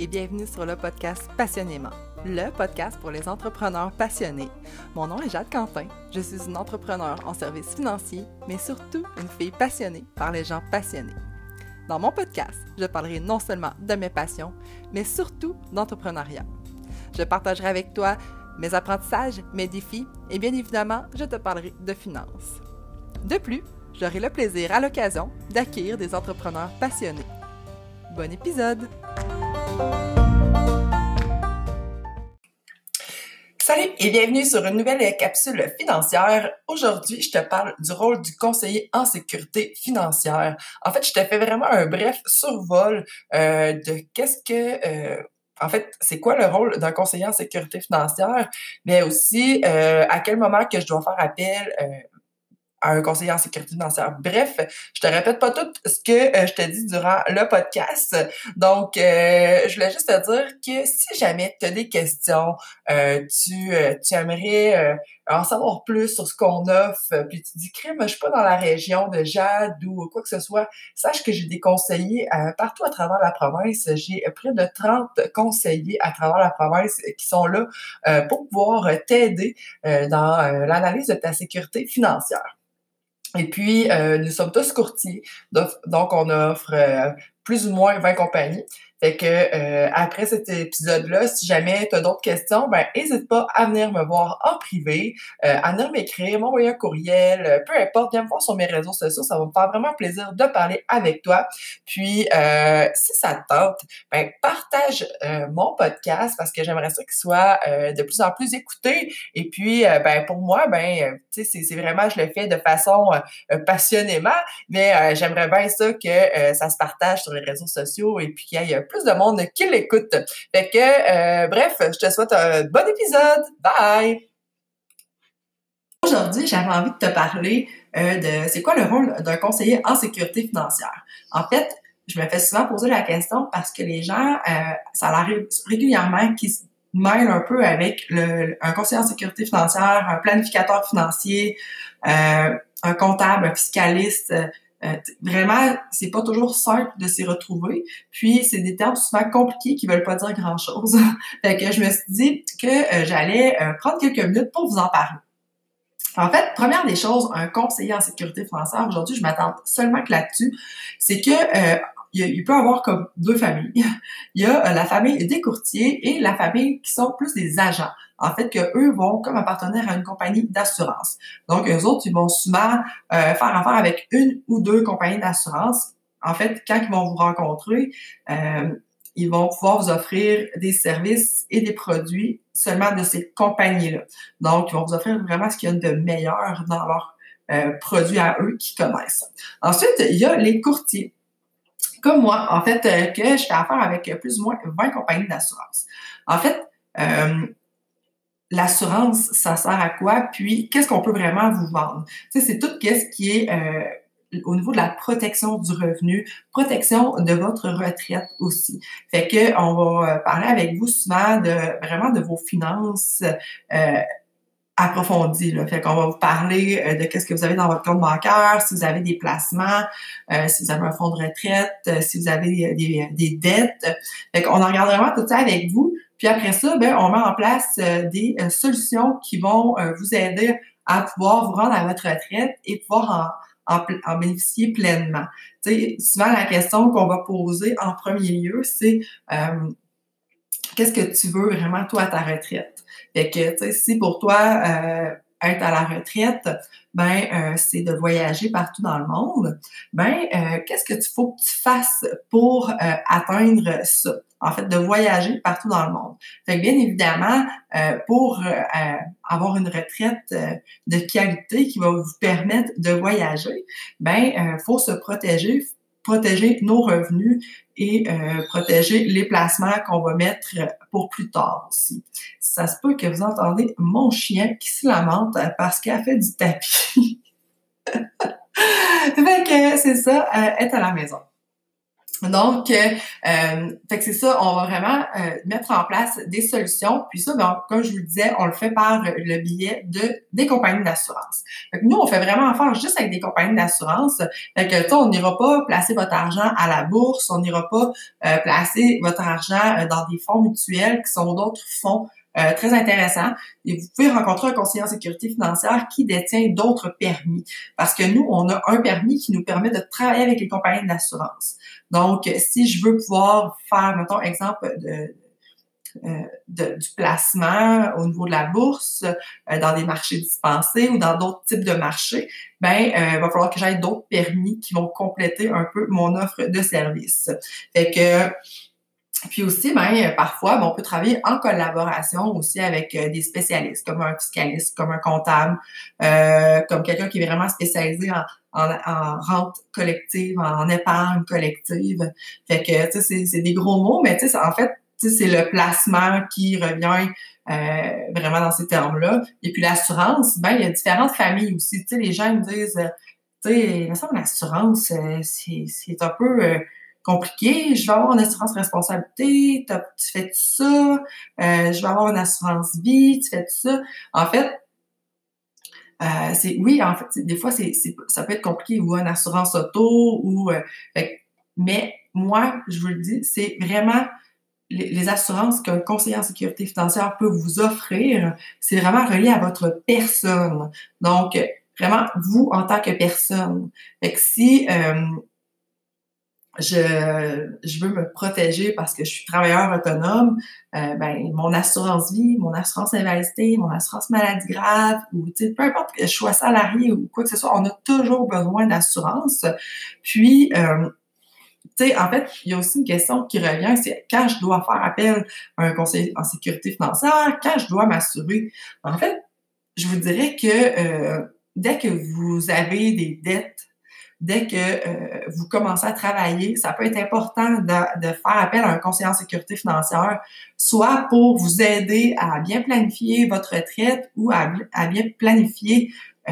et bienvenue sur le podcast Passionnément, le podcast pour les entrepreneurs passionnés. Mon nom est Jade Quentin, je suis une entrepreneure en services financiers, mais surtout une fille passionnée par les gens passionnés. Dans mon podcast, je parlerai non seulement de mes passions, mais surtout d'entrepreneuriat. Je partagerai avec toi mes apprentissages, mes défis et bien évidemment, je te parlerai de finances. De plus, j'aurai le plaisir à l'occasion d'accueillir des entrepreneurs passionnés. Bon épisode! Salut et bienvenue sur une nouvelle capsule financière. Aujourd'hui, je te parle du rôle du conseiller en sécurité financière. En fait, je te fais vraiment un bref survol de c'est quoi le rôle d'un conseiller en sécurité financière, mais aussi à quel moment que je dois faire appel à un conseiller en sécurité financière. Bref, je te répète pas tout ce que je te dis durant le podcast. Donc, je voulais juste te dire que si jamais tu as des questions, tu aimerais en savoir plus sur ce qu'on offre, puis tu dis, crème, je suis pas dans la région de Jade ou quoi que ce soit, sache que j'ai des conseillers partout à travers la province. J'ai près de 30 conseillers à travers la province qui sont là pour pouvoir t'aider dans l'analyse de ta sécurité financière. Et puis, nous sommes tous courtiers, donc on offre plus ou moins 20 compagnies. Fait que après cet épisode-là, si jamais tu as d'autres questions, ben n'hésite pas à venir me voir en privé, à venir m'écrire, m'envoyer un courriel, peu importe, viens me voir sur mes réseaux sociaux, ça va me faire vraiment plaisir de parler avec toi. Puis, si ça te tente, ben partage mon podcast parce que j'aimerais ça qu'il soit de plus en plus écouté. Et puis, ben pour moi, tu sais, c'est vraiment, je le fais de façon passionnément, mais j'aimerais bien ça que ça se partage sur les réseaux sociaux et puis qu'il y ait plus de monde qui l'écoute. Fait que, bref, je te souhaite un bon épisode. Bye! Aujourd'hui, j'avais envie de te parler de c'est quoi le rôle d'un conseiller en sécurité financière. En fait, je me fais souvent poser la question parce que les gens, ça arrive régulièrement qu'ils se mêlent un peu avec un conseiller en sécurité financière, un planificateur financier, un comptable, un fiscaliste. Vraiment, c'est pas toujours simple de s'y retrouver. Puis, c'est des termes souvent compliqués qui veulent pas dire grand-chose. Fait que je me suis dit que j'allais prendre quelques minutes pour vous en parler. En fait, première des choses, un conseiller en sécurité financière, aujourd'hui, je m'attends seulement que là-dessus, c'est que il peut y avoir comme deux familles. Il y a la famille des courtiers et la famille qui sont plus des agents. En fait, que eux vont comme appartenir à une compagnie d'assurance. Donc, eux autres, ils vont souvent faire affaire avec une ou deux compagnies d'assurance. En fait, quand ils vont vous rencontrer, ils vont pouvoir vous offrir des services et des produits seulement de ces compagnies-là. Donc, ils vont vous offrir vraiment ce qu'il y a de meilleur dans leurs produits à eux qu'ils connaissent. Ensuite, il y a les courtiers. Comme moi, en fait, que je fais affaire avec plus ou moins 20 compagnies d'assurance. En fait, l'assurance, ça sert à quoi? Puis, qu'est-ce qu'on peut vraiment vous vendre? Tu sais, c'est tout ce qui est au niveau de la protection du revenu, protection de votre retraite aussi. Fait que on va parler avec vous souvent de vos finances approfondies, là. Fait qu'on va vous parler de qu'est-ce que vous avez dans votre compte bancaire, si vous avez des placements, si vous avez un fonds de retraite, si vous avez des dettes. Fait qu'on en regarde vraiment tout ça avec vous. Puis après ça, on met en place des solutions qui vont vous aider à pouvoir vous rendre à votre retraite et pouvoir en bénéficier pleinement. Tu sais, souvent la question qu'on va poser en premier lieu, c'est qu'est-ce que tu veux vraiment toi à ta retraite? Fait que, tu sais, si pour toi être à la retraite, c'est de voyager partout dans le monde, qu'est-ce que tu faut que tu fasses pour atteindre ça? En fait, de voyager partout dans le monde. Fait que bien évidemment, pour avoir une retraite de qualité qui va vous permettre de voyager, faut se protéger nos revenus et protéger les placements qu'on va mettre pour plus tard aussi. Ça se peut que vous entendez mon chien qui se lamente parce qu'elle fait du tapis. Fait que c'est ça, être à la maison. Donc, fait que c'est ça, on va vraiment mettre en place des solutions. Puis ça, ben, comme je vous le disais, on le fait par le biais des compagnies d'assurance. Fait que nous, on fait vraiment affaire juste avec des compagnies d'assurance. Fait que, tu sais, on n'ira pas placer votre argent à la bourse, on n'ira pas placer votre argent dans des fonds mutuels qui sont d'autres fonds très intéressants. Et vous pouvez rencontrer un conseiller en sécurité financière qui détient d'autres permis. Parce que nous, on a un permis qui nous permet de travailler avec les compagnies d'assurance. Donc, si je veux pouvoir faire, mettons, exemple du placement au niveau de la bourse, dans des marchés dispensés ou dans d'autres types de marchés, ben, il va falloir que j'aille d'autres permis qui vont compléter un peu mon offre de service. Fait que puis aussi, ben, parfois, ben, on peut travailler en collaboration aussi avec des spécialistes, comme un fiscaliste, comme un comptable, comme quelqu'un qui est vraiment spécialisé en rente collective, en épargne collective. Fait que, tu sais, c'est des gros mots, mais tu sais, en fait, tu sais, c'est le placement qui revient vraiment dans ces termes-là. Et puis l'assurance, ben, il y a différentes familles aussi. Tu sais, les gens me disent, tu sais, il me semble l'assurance, c'est un peu compliqué. Je vais avoir une assurance responsabilité, tu fais tout ça. Je vais avoir une assurance vie, tu fais tout ça. En fait, en fait, des fois, ça peut être compliqué, ou une assurance auto, mais moi, je vous le dis, c'est vraiment les assurances qu'un conseiller en sécurité financière peut vous offrir, c'est vraiment relié à votre personne. Donc, vraiment, vous, en tant que personne. Fait que si je veux me protéger parce que je suis travailleur autonome, ben mon assurance vie, mon assurance invalidité, mon assurance maladie grave, ou tu sais, peu importe que je sois salarié ou quoi que ce soit, on a toujours besoin d'assurance. Puis, tu sais, en fait, il y a aussi une question qui revient, c'est quand je dois faire appel à un conseiller en sécurité financière, quand je dois m'assurer. En fait, je vous dirais que dès que vous avez des dettes, dès que vous commencez à travailler, ça peut être important de faire appel à un conseiller en sécurité financière, soit pour vous aider à bien planifier votre retraite ou à bien planifier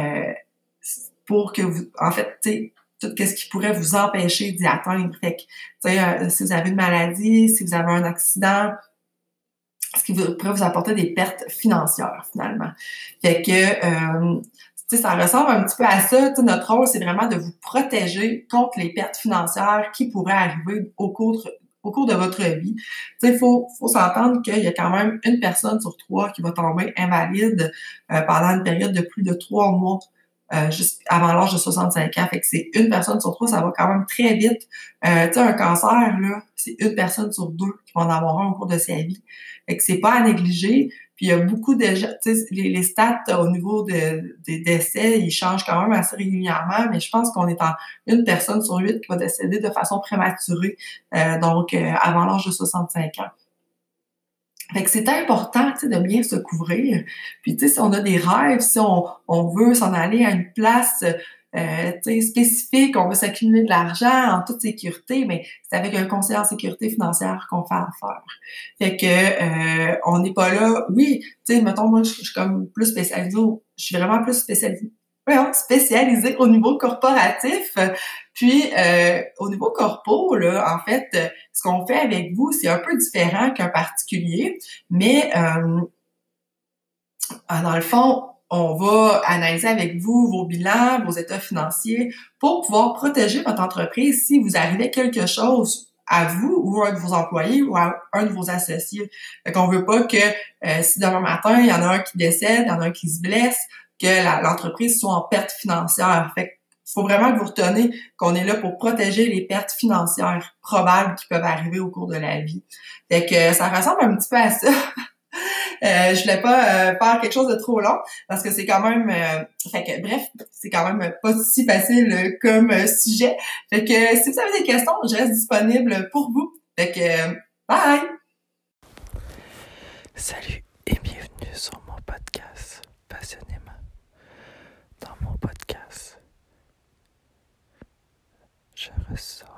pour que vous, en fait, tu sais, tout ce qui pourrait vous empêcher d'y atteindre. Fait que, tu sais, si vous avez une maladie, si vous avez un accident, ce qui pourrait vous apporter des pertes financières, finalement. Fait que, tu sais, ça ressemble un petit peu à ça. Tu sais, notre rôle, c'est vraiment de vous protéger contre les pertes financières qui pourraient arriver au cours de votre vie. Tu sais, faut s'entendre qu'il y a quand même une personne sur 3 qui va tomber invalide pendant une période de plus de 3 mois. Juste avant l'âge de 65 ans. Fait que c'est une personne sur 3, ça va quand même très vite. Tu sais, un cancer, là, c'est une personne sur 2 qui va en avoir un au cours de sa vie. Fait que c'est pas à négliger. Puis il y a beaucoup de gens, tu sais, les stats au niveau des décès, ils changent quand même assez régulièrement, mais je pense qu'on est en une personne sur 8 qui va décéder de façon prématurée, donc avant l'âge de 65 ans. Fait que c'est important, tu sais, de bien se couvrir. Puis, tu sais, si on a des rêves, si on veut s'en aller à une place, tu sais, spécifique, on veut s'accumuler de l'argent en toute sécurité, mais c'est avec un conseiller en sécurité financière qu'on fait affaire. Fait que, on n'est pas là, oui, tu sais, mettons, moi, je suis comme plus spécialisée, je suis vraiment plus spécialisée au niveau corporatif. Puis, au niveau corpo, là, en fait, ce qu'on fait avec vous, c'est un peu différent qu'un particulier, mais dans le fond, on va analyser avec vous vos bilans, vos états financiers pour pouvoir protéger votre entreprise si vous arrivez quelque chose à vous ou à un de vos employés ou à un de vos associés. Fait qu'on veut pas que si demain matin, il y en a un qui décède, il y en a un qui se blesse, que l'entreprise soit en perte financière. Fait qu'il faut vraiment que vous reteniez qu'on est là pour protéger les pertes financières probables qui peuvent arriver au cours de la vie. Fait que ça ressemble un petit peu à ça. Je voulais pas faire quelque chose de trop long parce que c'est quand même fait que bref, c'est quand même pas si facile comme sujet. Fait que si vous avez des questions, je reste disponible pour vous. Fait que bye. Salut et bienvenue sur mon podcast Passionnément. Dans mon podcast, je ressors